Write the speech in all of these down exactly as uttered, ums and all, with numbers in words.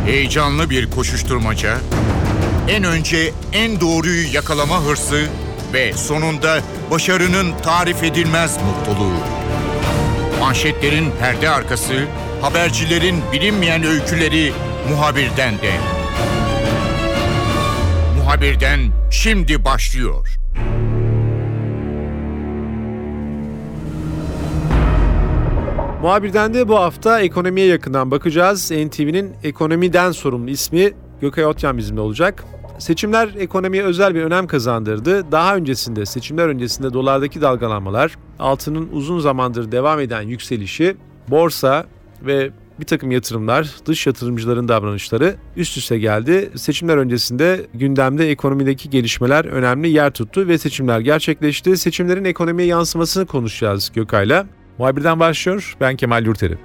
Heyecanlı bir koşuşturmaca, en önce en doğruyu yakalama hırsı ve sonunda başarının tarif edilmez mutluluğu. Manşetlerin perde arkası, habercilerin bilinmeyen öyküleri Muhabir'den de. Muhabir'den şimdi başlıyor. Muhabir'den de bu hafta ekonomiye yakından bakacağız. N T V'nin ekonomiden sorumlu ismi Gökay Otyan bizimle olacak. Seçimler ekonomiye özel bir önem kazandırdı. Daha öncesinde, seçimler öncesinde dolardaki dalgalanmalar, altının uzun zamandır devam eden yükselişi, borsa ve bir takım yatırımlar, dış yatırımcıların davranışları üst üste geldi. Seçimler öncesinde gündemde ekonomideki gelişmeler önemli yer tuttu ve seçimler gerçekleşti. Seçimlerin ekonomiye yansımasını konuşacağız Gökay'la. Muhabir'den başlıyor. Ben Kemal Yurteri.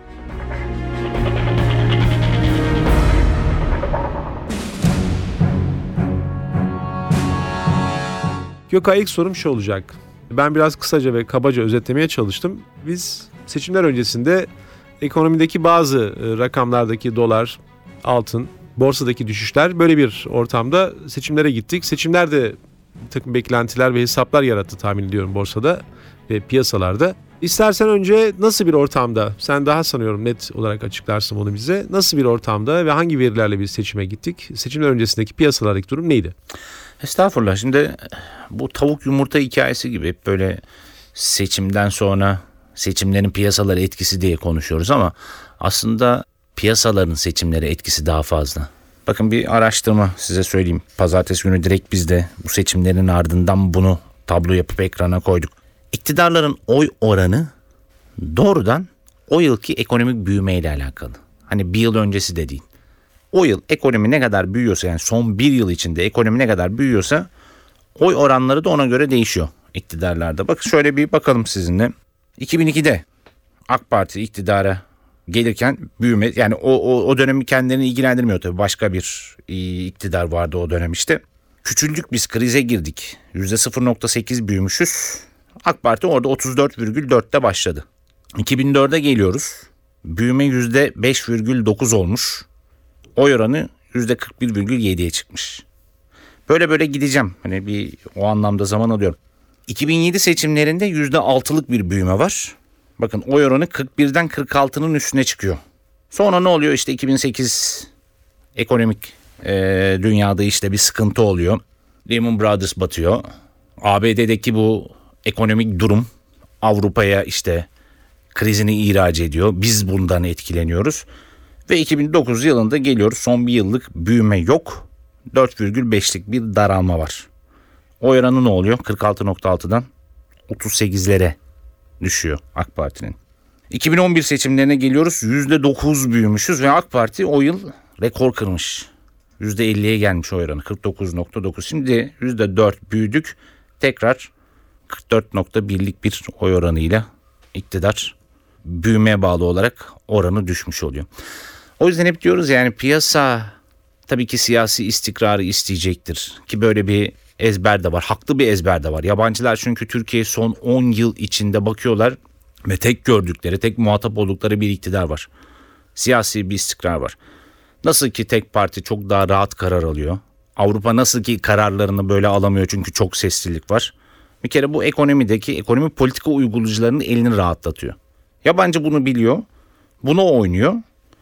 Gökay, ilk sorum şu olacak. Ben biraz kısaca ve kabaca özetlemeye çalıştım. Biz seçimler öncesinde ekonomideki bazı rakamlardaki dolar, altın, borsadaki düşüşler, böyle bir ortamda seçimlere gittik. Seçimler de bir takım beklentiler ve hesaplar yarattı tahmin ediyorum borsada ve piyasalarda. İstersen önce nasıl bir ortamda, sen daha sanıyorum net olarak açıklarsın bunu bize, nasıl bir ortamda ve hangi verilerle biz seçime gittik? Seçimler öncesindeki piyasalardaki durum neydi? Estağfurullah. Şimdi bu tavuk yumurta hikayesi gibi hep böyle seçimden sonra seçimlerin piyasalara etkisi diye konuşuyoruz ama aslında piyasaların seçimlere etkisi daha fazla. Bakın, bir araştırma size söyleyeyim. Pazartesi günü direkt biz de bu seçimlerin ardından bunu tablo yapıp ekrana koyduk. İktidarların oy oranı doğrudan o yılki ekonomik büyümeyle alakalı. Hani bir yıl öncesi de değil. O yıl ekonomi ne kadar büyüyorsa, yani son bir yıl içinde ekonomi ne kadar büyüyorsa oy oranları da ona göre değişiyor iktidarlarda. Bak şöyle bir bakalım sizinle. iki bin ikide AK Parti iktidara gelirken büyüme, yani o, o, o dönemi kendilerini ilgilendirmiyor tabii. Başka bir e, iktidar vardı o dönem işte. Küçüldük, biz krize girdik. yüzde sıfır virgül sekiz büyümüşüz. AK Parti orada otuz dört virgül dörtte başladı. iki bin dörde geliyoruz. Büyüme yüzde beş virgül dokuz olmuş. Oy oranı yüzde kırk bir virgül yediye çıkmış. Böyle böyle gideceğim. Hani bir o anlamda zaman alıyorum. iki bin yedi seçimlerinde yüzde altılık bir büyüme var. Bakın, oy oranı kırk birden kırk altının üstüne çıkıyor. Sonra ne oluyor? İşte iki bin sekiz ekonomik e, dünyada işte bir sıkıntı oluyor. Lehman Brothers batıyor. A B D'deki bu ekonomik durum Avrupa'ya işte krizini ihraç ediyor. Biz bundan etkileniyoruz. Ve iki bin dokuz yılında geliyoruz. Son bir yıllık büyüme yok. dört virgül beşlik bir daralma var. Oy oranı ne oluyor? kırk altı virgül altıdan otuz sekizlere düşüyor AK Parti'nin. iki bin on bir seçimlerine geliyoruz. yüzde dokuz büyümüşüz ve AK Parti o yıl rekor kırmış. yüzde elliye gelmiş oy oranı. kırk dokuz virgül dokuz. Şimdi yüzde dört büyüdük. Tekrar kırk dört virgül birlik bir oy oranıyla iktidar büyümeye bağlı olarak oranı düşmüş oluyor. O yüzden hep diyoruz yani piyasa tabii ki siyasi istikrarı isteyecektir. Ki böyle bir ezber de var. Haklı bir ezber de var. Yabancılar çünkü Türkiye son on yıl içinde bakıyorlar ve tek gördükleri, tek muhatap oldukları bir iktidar var. Siyasi bir istikrar var. Nasıl ki tek parti çok daha rahat karar alıyor. Avrupa nasıl ki kararlarını böyle alamıyor çünkü çok seslilik var. Bir kere bu ekonomideki ekonomi politika uygulayıcılarının elini rahatlatıyor. Yabancı bunu biliyor. Bunu oynuyor.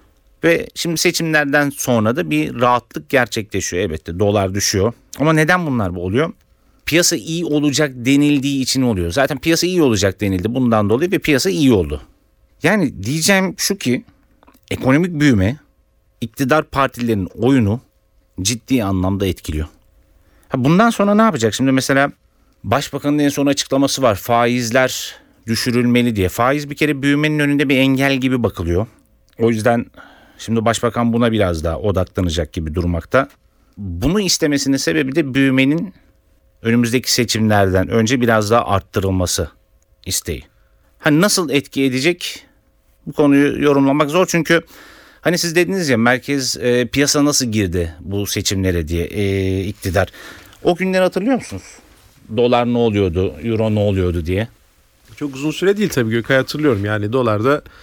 Ve şimdi seçimlerden sonra da bir rahatlık gerçekleşiyor. Elbette dolar düşüyor. Ama neden bunlar bu oluyor? Piyasa iyi olacak denildiği için oluyor. Zaten piyasa iyi olacak denildi bundan dolayı ve piyasa iyi oldu. Yani diyeceğim şu ki ekonomik büyüme iktidar partilerinin oyunu ciddi anlamda etkiliyor. Ha, bundan sonra ne yapacak? Şimdi mesela Başbakanın en son açıklaması var. Faizler düşürülmeli diye. Faiz bir kere büyümenin önünde bir engel gibi bakılıyor. O yüzden şimdi Başbakan buna biraz daha odaklanacak gibi durmakta. Bunu istemesinin sebebi de büyümenin önümüzdeki seçimlerden önce biraz daha arttırılması isteği. Hani nasıl etki edecek? Bu konuyu yorumlamak zor çünkü hani siz dediniz ya merkez e, piyasa nasıl girdi bu seçimlere diye e, iktidar. O günleri hatırlıyor musunuz? Dolar ne oluyordu, euro ne oluyordu diye. Çok uzun süre değil tabii Gökay, hatırlıyorum. Yani dolarda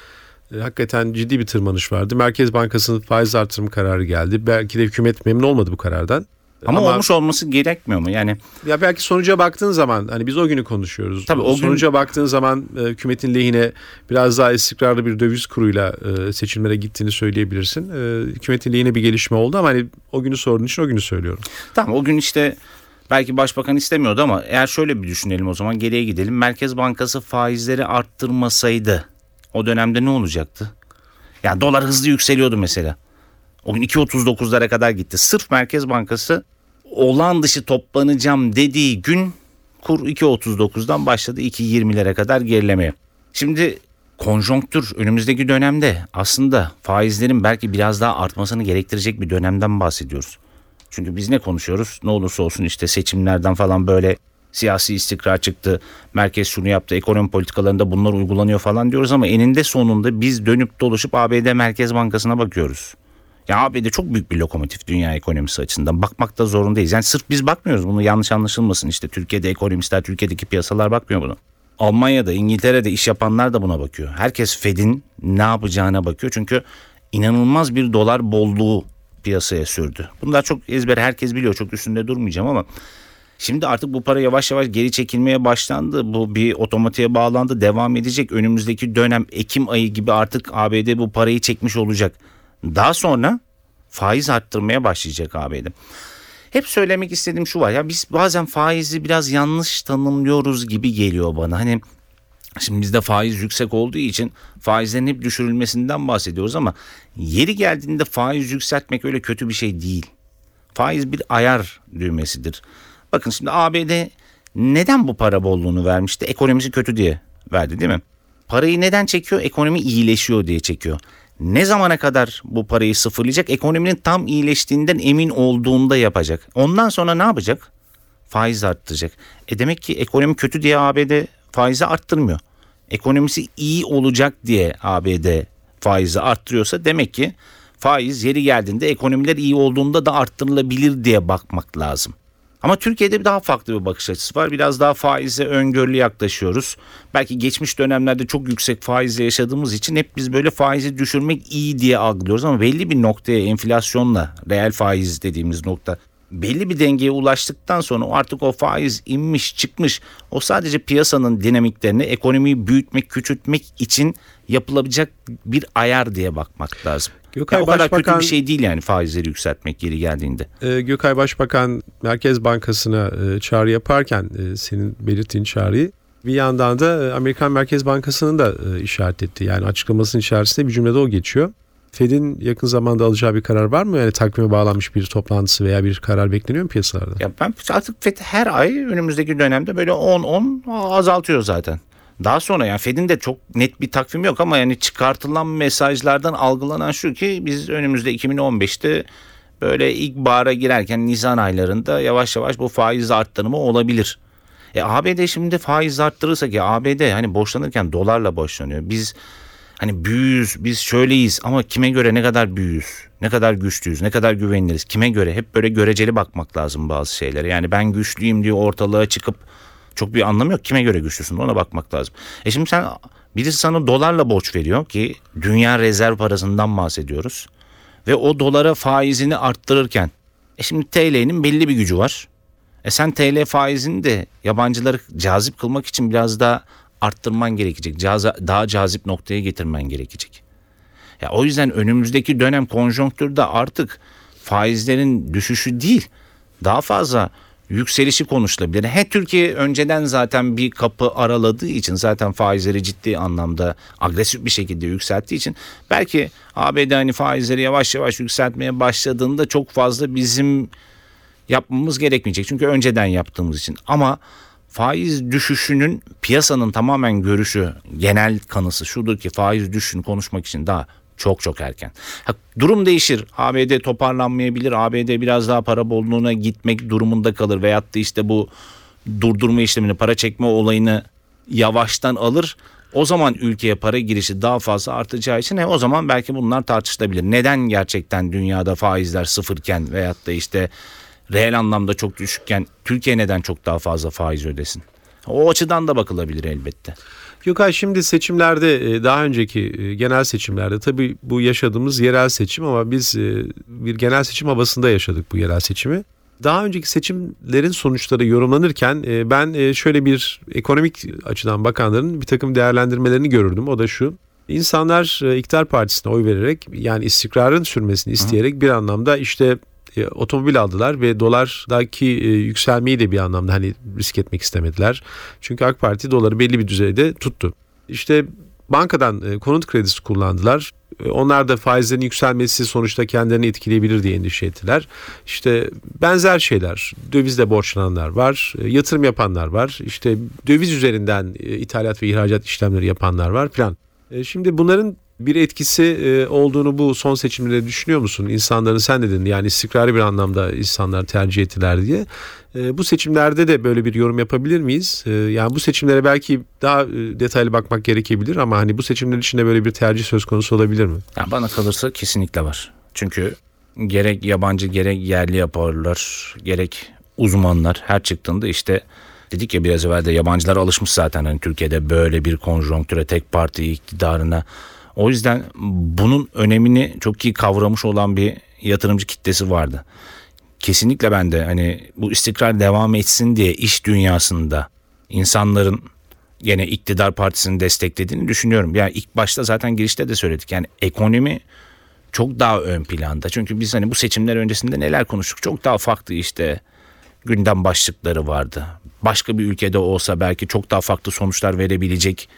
E, hakikaten ciddi bir tırmanış vardı. Merkez Bankası'nın faiz artırım kararı geldi. Belki de hükümet memnun olmadı bu karardan. Ama, Ama olmuş olması gerekmiyor mu? Yani ya belki sonuca baktığın zaman hani biz o günü konuşuyoruz. Tabii o gün- sonuca baktığın zaman e, hükümetin lehine biraz daha istikrarlı bir döviz kuruyla e, seçimlere gittiğini söyleyebilirsin. E, hükümetin lehine bir gelişme oldu ama hani o günü sorduğun için o günü söylüyorum. tamam, o gün işte belki başbakan istemiyordu ama eğer şöyle bir düşünelim, o zaman geriye gidelim. Merkez Bankası faizleri arttırmasaydı o dönemde ne olacaktı? Yani dolar hızlı yükseliyordu mesela. O gün iki otuz dokuzlara kadar gitti. Sırf Merkez Bankası olağan dışı toplanacağım dediği gün kur iki otuz dokuzdan başladı iki yirmilere kadar gerilemeye. Şimdi konjonktür önümüzdeki dönemde aslında faizlerin belki biraz daha artmasını gerektirecek bir dönemden bahsediyoruz. Çünkü biz ne konuşuyoruz? Ne olursa olsun işte seçimlerden falan böyle siyasi istikrar çıktı. Merkez şunu yaptı, ekonomi politikalarında bunlar uygulanıyor falan diyoruz ama eninde sonunda biz dönüp dolaşıp A B D Merkez Bankası'na bakıyoruz. Ya A B D çok büyük bir lokomotif dünya ekonomisi açısından. Bakmakta zorundayız. Yani sırf biz bakmıyoruz. Bunu yanlış anlaşılmasın. İşte Türkiye'de ekonomistler, Türkiye'deki piyasalar bakmıyor bunu. Almanya'da, İngiltere'de iş yapanlar da buna bakıyor. Herkes Fed'in ne yapacağına bakıyor. Çünkü inanılmaz bir dolar bolluğu piyasaya sürdü. Bunlar çok ezber, herkes biliyor. Çok üstünde durmayacağım ama şimdi artık bu para yavaş yavaş geri çekilmeye başlandı. Bu bir otomatiğe bağlandı. Devam edecek. Önümüzdeki dönem Ekim ayı gibi artık A B D bu parayı çekmiş olacak. Daha sonra faiz arttırmaya başlayacak A B D. Hep söylemek istediğim şu var. Ya biz bazen faizi biraz yanlış tanımlıyoruz gibi geliyor bana. Hani şimdi bizde faiz yüksek olduğu için faizlerin hep düşürülmesinden bahsediyoruz ama yeri geldiğinde faiz yükseltmek öyle kötü bir şey değil. Faiz bir ayar düğmesidir. Bakın şimdi A B D neden bu para bolluğunu vermişti? Ekonomisi kötü diye verdi, değil mi? Parayı neden çekiyor? Ekonomi iyileşiyor diye çekiyor. Ne zamana kadar bu parayı sıfırlayacak? Ekonominin tam iyileştiğinden emin olduğunda yapacak. Ondan sonra ne yapacak? Faiz arttıracak. E demek ki ekonomi kötü diye A B D faizi arttırmıyor. Ekonomisi iyi olacak diye A B D faizi arttırıyorsa demek ki faiz yeri geldiğinde ekonomiler iyi olduğunda da arttırılabilir diye bakmak lazım. Ama Türkiye'de daha farklı bir bakış açısı var. Biraz daha faize öngörülü yaklaşıyoruz. Belki geçmiş dönemlerde çok yüksek faizle yaşadığımız için hep biz böyle faizi düşürmek iyi diye algılıyoruz. Ama belli bir noktaya enflasyonla reel faiz dediğimiz nokta belli bir dengeye ulaştıktan sonra artık o faiz inmiş çıkmış. O sadece piyasanın dinamiklerini ekonomiyi büyütmek, küçültmek için yapılabilecek bir ayar diye bakmak lazım. Gökay Ya o kadar Başbakan, kötü bir şey değil yani faizleri yükseltmek yeri geldiğinde. e, Gökay Başbakan Merkez Bankası'na e, çağrı yaparken e, senin belirttiğin çağrıyı bir yandan da e, Amerikan Merkez Bankası'nın da e, işaret etti. Yani açıklamasının içerisinde bir cümlede o geçiyor. Fed'in yakın zamanda alacağı bir karar var mı? Yani takvime bağlanmış bir toplantısı veya bir karar bekleniyor mu piyasalarda? Ya ben artık Fed her ay önümüzdeki dönemde böyle on on azaltıyor zaten. Daha sonra yani Fed'in de çok net bir takvim yok ama yani çıkartılan mesajlardan algılanan şu ki biz önümüzde iki bin on beşte böyle ilkbahara girerken Nisan aylarında yavaş yavaş bu faiz arttırımı olabilir. E A B D şimdi faiz arttırırsa ki A B D hani borçlanırken dolarla borçlanıyor. Biz hani büyüyüz, biz şöyleyiz ama kime göre ne kadar büyüyüz, ne kadar güçlüyüz, ne kadar güveniliriz, kime göre? Hep böyle göreceli bakmak lazım bazı şeylere. Yani ben güçlüyüm diye ortalığa çıkıp çok bir anlamı yok. Kime göre güçlüsün ona bakmak lazım. E şimdi sen birisi sana dolarla borç veriyor ki dünya rezerv parasından bahsediyoruz. Ve o dolara faizini arttırırken e şimdi T L'nin belli bir gücü var. E sen T L faizini de yabancıları cazip kılmak için biraz daha arttırman gerekecek. Caza, daha cazip noktaya getirmen gerekecek. Ya o yüzden önümüzdeki dönem konjonktürde artık faizlerin düşüşü değil, daha fazla yükselişi konuşulabilir. He Türkiye önceden zaten bir kapı araladığı için zaten faizleri ciddi anlamda agresif bir şekilde yükselttiği için belki A B D hani faizleri yavaş yavaş yükseltmeye başladığında çok fazla bizim yapmamız gerekmeyecek. Çünkü önceden yaptığımız için. Ama faiz düşüşünün piyasanın tamamen görüşü, genel kanısı şudur ki faiz düşüşünü konuşmak için daha çok çok erken. Ha, durum değişir. A B D toparlanmayabilir. A B D biraz daha para bolluğuna gitmek durumunda kalır. Veyahut da işte bu durdurma işlemini, para çekme olayını yavaştan alır. O zaman ülkeye para girişi daha fazla artacağı için he, o zaman belki bunlar tartışılabilir. Neden gerçekten dünyada faizler sıfırken veyahut da işte reel anlamda çok düşükken Türkiye neden çok daha fazla faiz ödesin? O açıdan da bakılabilir elbette. Gökay, şimdi seçimlerde e, daha önceki e, genel seçimlerde tabii bu yaşadığımız yerel seçim ama biz e, bir genel seçim havasında yaşadık bu yerel seçimi. Daha önceki seçimlerin sonuçları yorumlanırken e, ben e, şöyle bir ekonomik açıdan bakanların bir takım değerlendirmelerini görürdüm. O da şu: İnsanlar e, iktidar partisine oy vererek, yani istikrarın sürmesini isteyerek Hı. bir anlamda işte e, otomobil aldılar ve dolardaki e, yükselmeyi de bir anlamda hani risk etmek istemediler. Çünkü AK Parti doları belli bir düzeyde tuttu. İşte bankadan e, konut kredisi kullandılar. E, onlar da faizlerin yükselmesi sonuçta kendilerini etkileyebilir diye endişe ettiler. İşte benzer şeyler. Dövizle borçlananlar var, e, yatırım yapanlar var. İşte döviz üzerinden e, ithalat ve ihracat işlemleri yapanlar var falan. E, şimdi bunların bir etkisi e, olduğunu bu son seçimde düşünüyor musun? İnsanların, sen dedin yani istikrarlı bir anlamda insanlar tercih ettiler diye. E, bu seçimlerde de böyle bir yorum yapabilir miyiz? E, yani bu seçimlere belki daha e, detaylı bakmak gerekebilir ama hani bu seçimler içinde böyle bir tercih söz konusu olabilir mi? Yani bana kalırsa kesinlikle var. Çünkü gerek yabancı gerek yerli yaparlar, gerek uzmanlar her çıktığında işte dedik ya biraz evvel de, yabancılar alışmış zaten hani Türkiye'de böyle bir konjonktüre, tek parti iktidarına. O yüzden bunun önemini çok iyi kavramış olan bir yatırımcı kitlesi vardı. Kesinlikle ben de hani bu istikrar devam etsin diye iş dünyasında insanların gene iktidar partisini desteklediğini düşünüyorum. Yani ilk başta zaten girişte de söyledik. Yani ekonomi çok daha ön planda. Çünkü biz hani bu seçimler öncesinde neler konuştuk? Çok daha farklı işte gündem başlıkları vardı. Başka bir ülkede olsa belki çok daha farklı sonuçlar verebilecek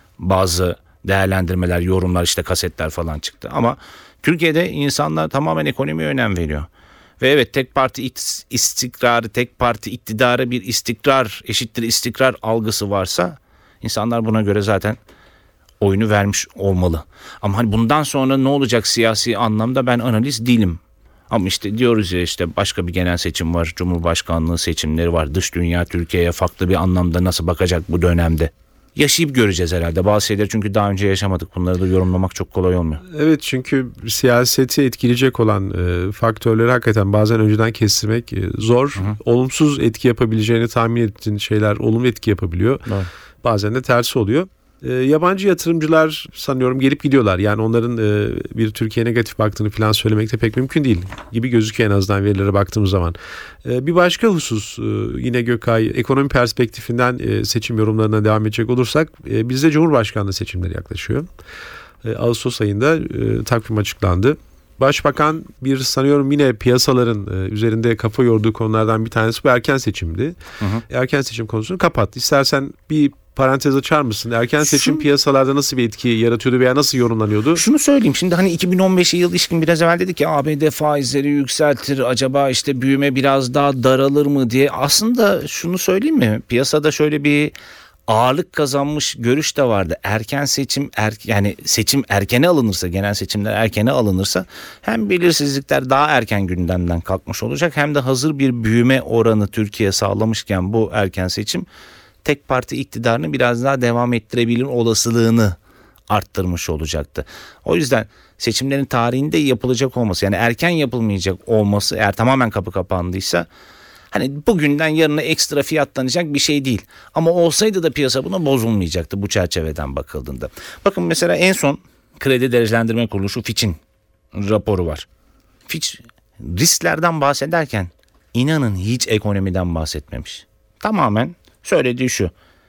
bazı değerlendirmeler, yorumlar, işte kasetler falan çıktı. Ama Türkiye'de insanlar tamamen ekonomiye önem veriyor. Ve evet, tek parti istikrarı, tek parti iktidarı bir istikrar eşittir istikrar algısı varsa insanlar buna göre zaten oyunu vermiş olmalı. Ama hani bundan sonra ne olacak siyasi anlamda ben analiz değilim. Ama işte diyoruz ya, işte başka bir genel seçim var, Cumhurbaşkanlığı seçimleri var. Dış dünya Türkiye'ye farklı bir anlamda nasıl bakacak bu dönemde? Yaşayıp göreceğiz herhalde. Bazı şeyler çünkü daha önce yaşamadık. Bunları da yorumlamak çok kolay olmuyor. Evet, çünkü siyaseti etkileyecek olan e, faktörleri hakikaten bazen önceden kestirmek e, zor. Hı hı. Olumsuz etki yapabileceğini tahmin ettiğin şeyler olumlu etki yapabiliyor. Evet. Bazen de tersi oluyor. E, yabancı yatırımcılar sanıyorum gelip gidiyorlar. Yani onların e, bir Türkiye'ye negatif baktığını falan söylemek de pek mümkün değil gibi gözüküyor en azından verilere baktığımız zaman. E, bir başka husus e, yine Gökay, ekonomi perspektifinden e, seçim yorumlarına devam edecek olursak e, bizde Cumhurbaşkanlığı seçimleri yaklaşıyor. E, Ağustos ayında e, takvim açıklandı. Başbakan bir sanıyorum yine piyasaların e, üzerinde kafa yorduğu konulardan bir tanesi bu erken seçimdi. Hı hı. Erken seçim konusunu kapattı. İstersen bir parantez açar mısın? Erken seçim Şu, piyasalarda nasıl bir etki yaratıyordu veya nasıl yorumlanıyordu? Şunu söyleyeyim. Şimdi hani iki bin on beşe yıl ilişkin biraz evvel dedik ya, A B D faizleri yükseltir, acaba işte büyüme biraz daha daralır mı diye. Aslında şunu söyleyeyim mi? Piyasada şöyle bir ağırlık kazanmış görüş de vardı. Erken seçim er, yani seçim erkene alınırsa, genel seçimler erkene alınırsa hem belirsizlikler daha erken gündemden kalkmış olacak, hem de hazır bir büyüme oranı Türkiye sağlamışken bu erken seçim tek parti iktidarını biraz daha devam ettirebilir olasılığını arttırmış olacaktı. O yüzden seçimlerin tarihinde yapılacak olması, yani erken yapılmayacak olması, eğer tamamen kapı kapandıysa hani bugünden yarına ekstra fiyatlanacak bir şey değil. Ama olsaydı da piyasa buna bozulmayacaktı bu çerçeveden bakıldığında. Bakın mesela en son Kredi Derecelendirme Kuruluşu Fitch'in raporu var. Fitch risklerden bahsederken inanın hiç ekonomiden bahsetmemiş. Tamamen söylediği şu: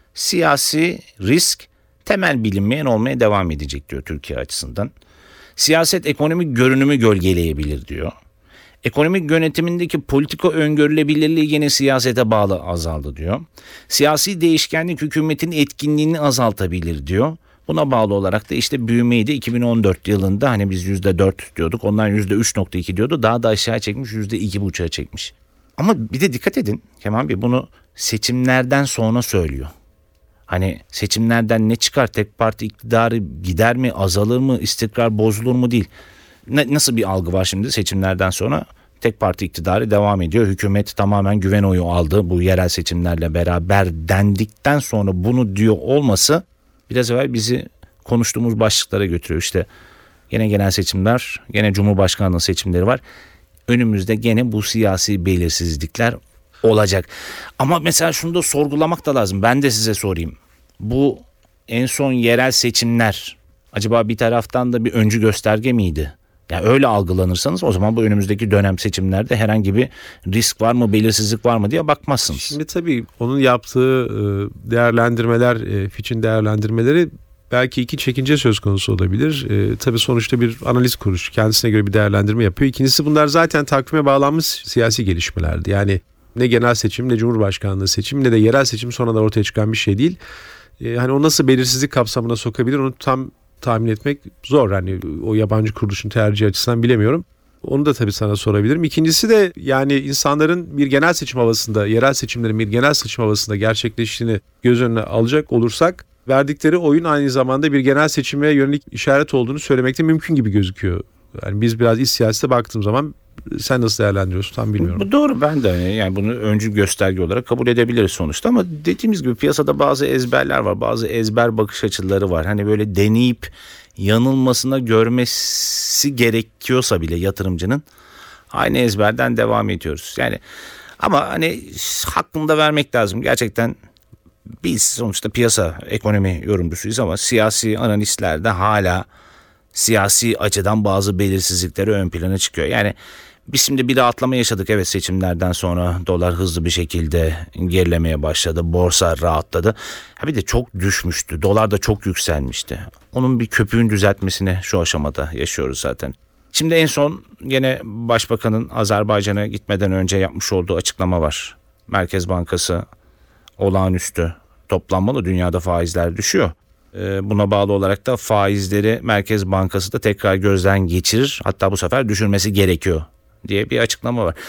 siyasi risk temel bilinmeyen olmaya devam edecek diyor Türkiye açısından. Siyaset ekonomik görünümü gölgeleyebilir diyor. Ekonomik yönetimindeki politika öngörülebilirliği gene siyasete bağlı azaldı diyor. Siyasi değişkenlik hükümetin etkinliğini azaltabilir diyor. Buna bağlı olarak da işte büyümeyi de iki bin on dört yılında hani biz yüzde dört diyorduk, onlar yüzde üç nokta iki diyordu, daha da aşağı çekmiş, yüzde iki buçuğa çekmiş. Ama bir de dikkat edin Kemal Bey, bunu seçimlerden sonra söylüyor. Hani seçimlerden ne çıkar? Tek parti iktidarı gider mi, azalır mı, istikrar bozulur mu değil. Ne, nasıl bir algı var şimdi? Seçimlerden sonra tek parti iktidarı devam ediyor. Hükümet tamamen güven oyu aldı bu yerel seçimlerle beraber dendikten sonra bunu diyor olması biraz evvel bizi konuştuğumuz başlıklara götürüyor. İşte gene genel seçimler, gene Cumhurbaşkanlığı seçimleri var. Önümüzde gene bu siyasi belirsizlikler olacak. Ama mesela şunu da sorgulamak da lazım. Ben de size sorayım. Bu en son yerel seçimler acaba bir taraftan da bir öncü gösterge miydi? Yani öyle algılanırsanız o zaman bu önümüzdeki dönem seçimlerde herhangi bir risk var mı, belirsizlik var mı diye bakmazsınız. Şimdi tabii onun yaptığı değerlendirmeler, Fitch'in değerlendirmeleri belki iki çekince söz konusu olabilir. E, tabii sonuçta bir analiz kuruluşu kendisine göre bir değerlendirme yapıyor. İkincisi bunlar zaten takvime bağlanmış siyasi gelişmelerdi. Yani ne genel seçim, ne Cumhurbaşkanlığı seçim, ne de yerel seçim sonradan ortaya çıkan bir şey değil. E, hani o nasıl belirsizlik kapsamına sokabilir onu tam tahmin etmek zor. Hani o yabancı kuruluşun tercihi açısından bilemiyorum. Onu da tabii sana sorabilirim. İkincisi de yani insanların bir genel seçim havasında, yerel seçimlerin bir genel seçim havasında gerçekleştiğini göz önüne alacak olursak verdikleri oyun aynı zamanda bir genel seçime yönelik işaret olduğunu söylemekte mümkün gibi gözüküyor. Yani biz biraz iç siyasete baktığım zaman sen nasıl değerlendiriyorsun tam bilmiyorum. Bu doğru, ben de yani bunu öncü gösterge olarak kabul edebiliriz sonuçta ama dediğimiz gibi piyasada bazı ezberler var, bazı ezber bakış açıları var. Hani böyle deneyip yanılmasına görmesi gerekiyorsa bile yatırımcının aynı ezberden devam ediyoruz. Yani ama hani hakkını da vermek lazım. Gerçekten biz sonuçta piyasa ekonomi yorumcusuyuz ama siyasi analistler de hala siyasi açıdan bazı belirsizlikleri ön plana çıkıyor. Yani biz şimdi bir rahatlama yaşadık. Evet, seçimlerden sonra dolar hızlı bir şekilde gerilemeye başladı. Borsa rahatladı. Ha bir de çok düşmüştü. Dolar da çok yükselmişti. Onun bir köpüğün düzeltmesini şu aşamada yaşıyoruz zaten. Şimdi en son yine Başbakanın Azerbaycan'a gitmeden önce yapmış olduğu açıklama var. Merkez Bankası olağanüstü toplanmalı, dünyada faizler düşüyor. Buna bağlı olarak da faizleri Merkez Bankası da tekrar gözden geçirir. Hatta bu sefer düşürmesi gerekiyor diye bir açıklama var.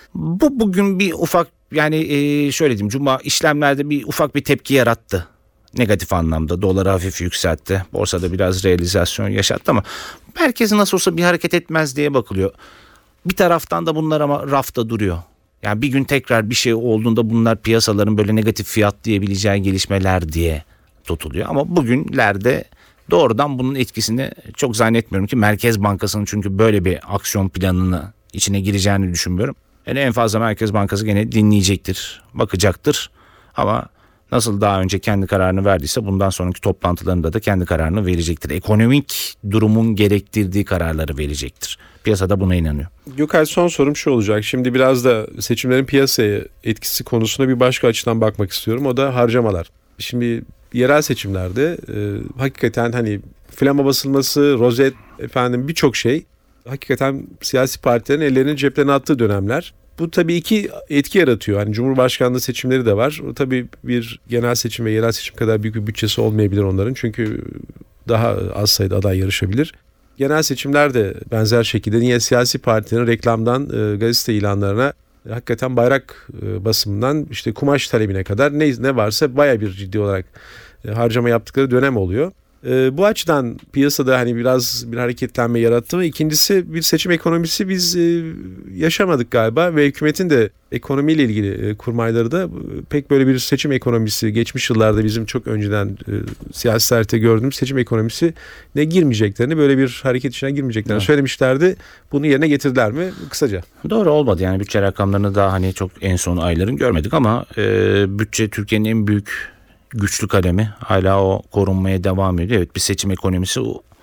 Bu bugün bir ufak yani şöyle diyeyim, Cuma işlemlerde bir ufak bir tepki yarattı. Negatif anlamda doları hafif yükseltti. Borsada biraz realizasyon yaşattı ama merkez nasıl olsa bir hareket etmez diye bakılıyor. Bir taraftan da bunlar ama rafta duruyor. Yani bir gün tekrar bir şey olduğunda bunlar piyasaların böyle negatif fiyat diyebileceği gelişmeler diye tutuluyor. Ama bugünlerde doğrudan bunun etkisini çok zannetmiyorum ki Merkez Bankası'nın, çünkü böyle bir aksiyon planını içine gireceğini düşünmüyorum. Yani en fazla Merkez Bankası gene dinleyecektir, bakacaktır ama nasıl daha önce kendi kararını verdiyse bundan sonraki toplantılarında da kendi kararını verecektir. Ekonomik durumun gerektirdiği kararları verecektir. Piyasada buna inanıyor. Gökay, son sorum şu olacak. Şimdi biraz da seçimlerin piyasaya etkisi konusuna bir başka açıdan bakmak istiyorum. O da harcamalar. Şimdi yerel seçimlerde e, hakikaten hani flama basılması, rozet, efendim birçok şey hakikaten siyasi partilerin ellerinin ceplerine attığı dönemler. Bu tabii iki etki yaratıyor. Hani Cumhurbaşkanlığı seçimleri de var. O tabii bir genel seçim ve yerel seçim kadar büyük bir bütçesi olmayabilir onların. Çünkü daha az sayıda aday yarışabilir. Genel seçimler de benzer şekilde niye siyasi partilerin reklamdan e, gazete ilanlarına e, hakikaten bayrak e, basımından işte kumaş talebine kadar ne ne varsa baya bir ciddi olarak e, harcama yaptıkları dönem oluyor. E, bu açıdan piyasada hani biraz bir hareketlenme yarattı ve ikincisi bir seçim ekonomisi biz e, yaşamadık galiba ve hükümetin de ekonomiyle ilgili e, kurmayları da e, pek böyle bir seçim ekonomisi geçmiş yıllarda bizim çok önceden e, siyasi tarihte gördüğümüz seçim ekonomisi ne girmeyeceklerini, böyle bir hareket içine girmeyeceklerini evet. söylemişlerdi. Bunu yerine getirdiler mi? Kısaca. Doğru olmadı yani bütçe rakamlarını daha hani çok en son ayların görmedik ama e, bütçe Türkiye'nin en büyük güçlü kalemi, hala o korunmaya devam ediyor. Evet, bir seçim ekonomisi,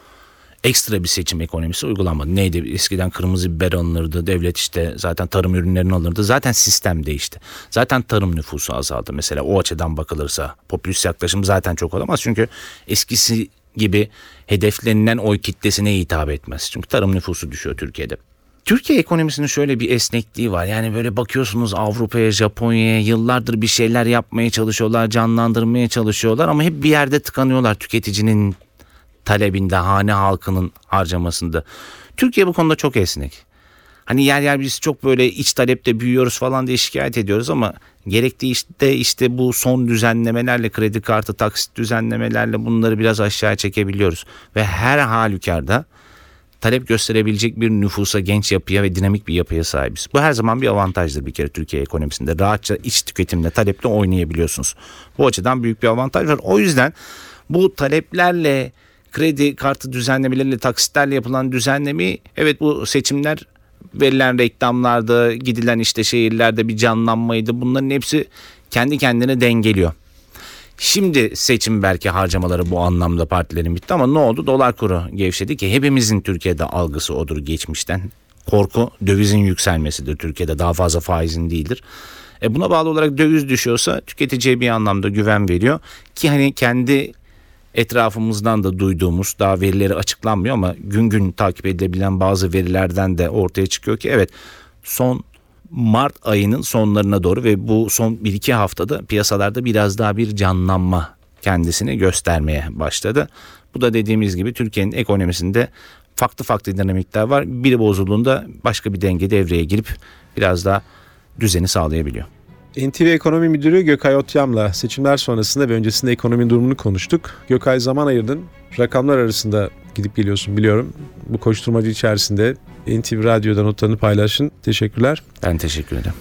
ekstra bir seçim ekonomisi uygulanmadı. Neydi? Eskiden kırmızı biber alınırdı. Devlet işte zaten tarım ürünlerini alırdı. Zaten sistem değişti. Zaten tarım nüfusu azaldı mesela. O açıdan bakılırsa popülist yaklaşım zaten çok olamaz. Çünkü eskisi gibi hedeflenilen oy kitlesine hitap etmez. Çünkü tarım nüfusu düşüyor Türkiye'de. Türkiye ekonomisinin şöyle bir esnekliği var. Yani böyle bakıyorsunuz Avrupa'ya, Japonya'ya yıllardır bir şeyler yapmaya çalışıyorlar, canlandırmaya çalışıyorlar ama hep bir yerde tıkanıyorlar tüketicinin talebinde, hane halkının harcamasında. Türkiye bu konuda çok esnek. Hani yer yer biz çok böyle iç talepte büyüyoruz falan diye şikayet ediyoruz ama gerektiği işte işte bu son düzenlemelerle, kredi kartı taksit düzenlemelerle bunları biraz aşağı çekebiliyoruz. Ve her halükarda talep gösterebilecek bir nüfusa, genç yapıya ve dinamik bir yapıya sahibiz. Bu her zaman bir avantajdır bir kere Türkiye ekonomisinde. Rahatça iç tüketimle, taleple oynayabiliyorsunuz. Bu açıdan büyük bir avantaj var. O yüzden bu taleplerle, kredi kartı düzenlemeleriyle, taksitlerle yapılan düzenlemeyi, evet bu seçimler, verilen reklamlarda, gidilen işte şehirlerde bir canlanmaydı. Bunların hepsi kendi kendine dengeliyor. Şimdi seçim belki harcamaları bu anlamda partilerin bitti ama ne oldu? Dolar kuru gevşedi ki hepimizin Türkiye'de algısı odur geçmişten. Korku dövizin yükselmesidir Türkiye'de, daha fazla faizin değildir. E buna bağlı olarak döviz düşüyorsa tüketiciye bir anlamda güven veriyor ki hani kendi etrafımızdan da duyduğumuz, daha verileri açıklanmıyor ama gün gün takip edilebilen bazı verilerden de ortaya çıkıyor ki evet, son Mart ayının sonlarına doğru ve bu son bir iki haftada piyasalarda biraz daha bir canlanma kendisini göstermeye başladı. Bu da dediğimiz gibi Türkiye'nin ekonomisinde farklı farklı dinamikler var. Biri bozulduğunda başka bir denge devreye girip biraz daha düzeni sağlayabiliyor. N T V Ekonomi Müdürü Gökay Otyam'la seçimler sonrasında ve öncesinde ekonominin durumunu konuştuk. Gökay, zaman ayırdın. Rakamlar arasında gidip geliyorsun biliyorum. Bu koşturmacı içerisinde N T V Radyo'da notlarını paylaşın. Teşekkürler. Ben teşekkür ederim.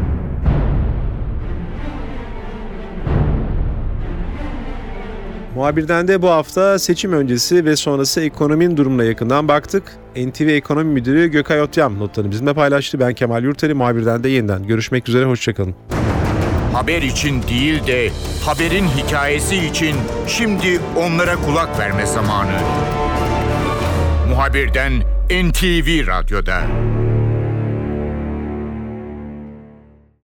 Muhabirden de bu hafta seçim öncesi ve sonrası ekonominin durumuna yakından baktık. N T V Ekonomi Müdürü Gökay Otyam notlarını bizimle paylaştı. Ben Kemal Yurteli, muhabirden de yeniden görüşmek üzere, hoşçakalın. Haber için değil de haberin hikayesi için şimdi onlara kulak verme zamanı. Muhabirden N T V Radyo'da.